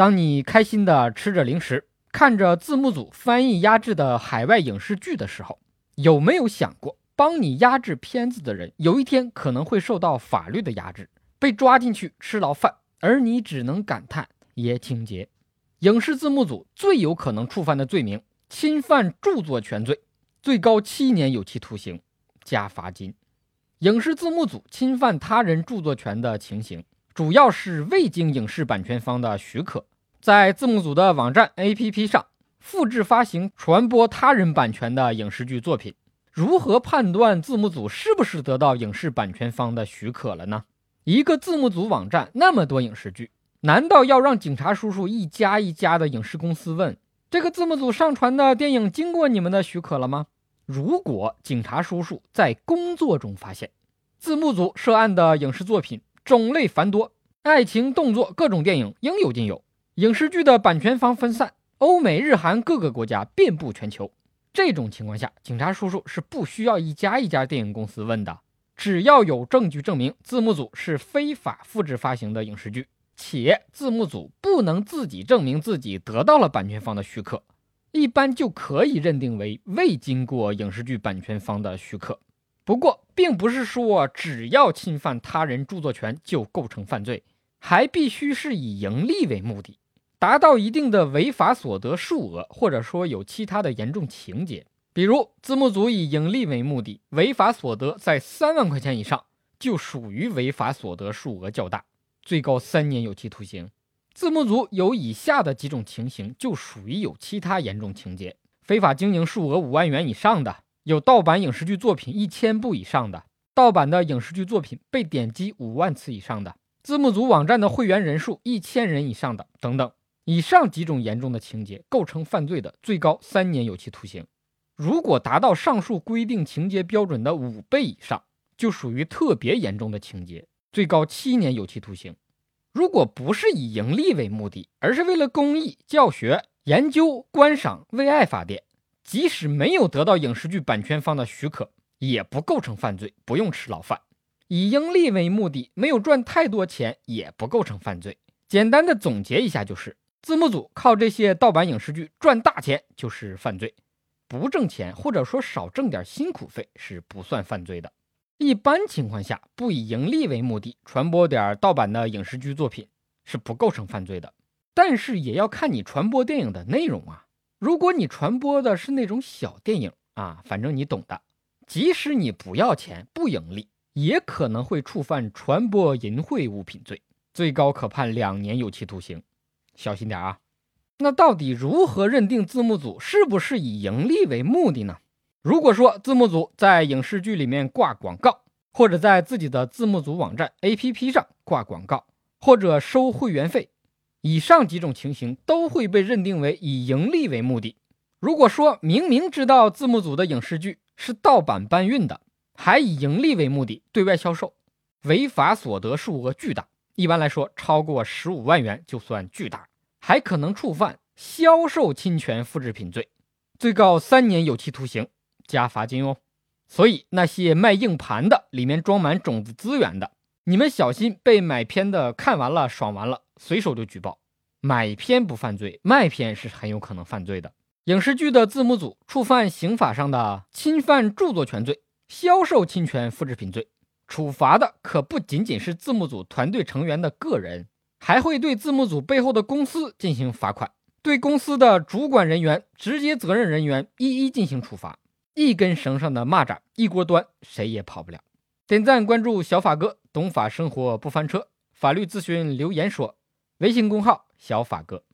当你开心地吃着零食，看着字幕组翻译压制的海外影视剧的时候，有没有想过帮你压制片子的人有一天可能会受到法律的压制，被抓进去吃牢饭，而你只能感叹爷青结。影视字幕组最有可能触犯的罪名，侵犯著作权罪，最高7年有期徒刑加罚金。影视字幕组侵犯他人著作权的情形，主要是未经影视版权方的许可，在字幕组的网站 APP 上复制发行传播他人版权的影视剧作品。如何判断字幕组是不是得到影视版权方的许可了呢？一个字幕组网站那么多影视剧，难道要让警察叔叔一家一家的影视公司问，这个字幕组上传的电影经过你们的许可了吗？如果警察叔叔在工作中发现字幕组涉案的影视作品种类繁多，爱情动作各种电影应有尽有，影视剧的版权方分散，欧美日韩各个国家遍布全球，这种情况下，警察叔叔是不需要一家一家电影公司问的，只要有证据证明字幕组是非法复制发行的影视剧，且字幕组不能自己证明自己得到了版权方的许可，一般就可以认定为未经过影视剧版权方的许可。不过并不是说只要侵犯他人著作权就构成犯罪，还必须是以盈利为目的，达到一定的违法所得数额，或者说有其他的严重情节。比如字幕组以盈利为目的，违法所得在3万块钱以上，就属于违法所得数额较大，最高3年有期徒刑。字幕组有以下的几种情形，就属于有其他严重情节：非法经营数额5万元以上的，有盗版影视剧作品1000部以上的，盗版的影视剧作品被点击5万次以上的，字幕组网站的会员人数1000人以上的等等。以上几种严重的情节构成犯罪的，最高3年有期徒刑。如果达到上述规定情节标准的5倍以上，就属于特别严重的情节，最高7年有期徒刑。如果不是以盈利为目的，而是为了公益、教学、研究、观赏、为爱发电，即使没有得到影视剧版权方的许可，也不构成犯罪，不用吃牢饭。以盈利为目的，没有赚太多钱，也不构成犯罪。简单的总结一下就是，字幕组靠这些盗版影视剧赚大钱就是犯罪，不挣钱或者说少挣点辛苦费是不算犯罪的。一般情况下，不以盈利为目的传播点盗版的影视剧作品是不构成犯罪的，但是也要看你传播电影的内容啊。如果你传播的是那种小电影啊，反正你懂的，即使你不要钱不盈利，也可能会触犯传播淫秽物品罪，最高可判2年有期徒刑，小心点啊。那到底如何认定字幕组是不是以盈利为目的呢？如果说字幕组在影视剧里面挂广告，或者在自己的字幕组网站 APP 上挂广告，或者收会员费，以上几种情形都会被认定为以盈利为目的。如果说明明知道字幕组的影视剧是盗版搬运的，还以盈利为目的对外销售，违法所得数额巨大，一般来说超过15万元就算巨大，还可能触犯销售侵权复制品罪，最高3年有期徒刑加罚金哦。所以那些卖硬盘的，里面装满种子资源的，你们小心被买片的看完了爽完了，随手就举报。买片不犯罪，卖片是很有可能犯罪的。影视剧的字幕组触犯刑法上的侵犯著作权罪、销售侵权复制品罪，处罚的可不仅仅是字幕组团队成员的个人，还会对字幕组背后的公司进行罚款，对公司的主管人员、直接责任人员一一进行处罚。一根绳上的蚂蚱一锅端，谁也跑不了。点赞关注小法哥，懂法生活不翻车，法律咨询留言说，微信公号小法哥。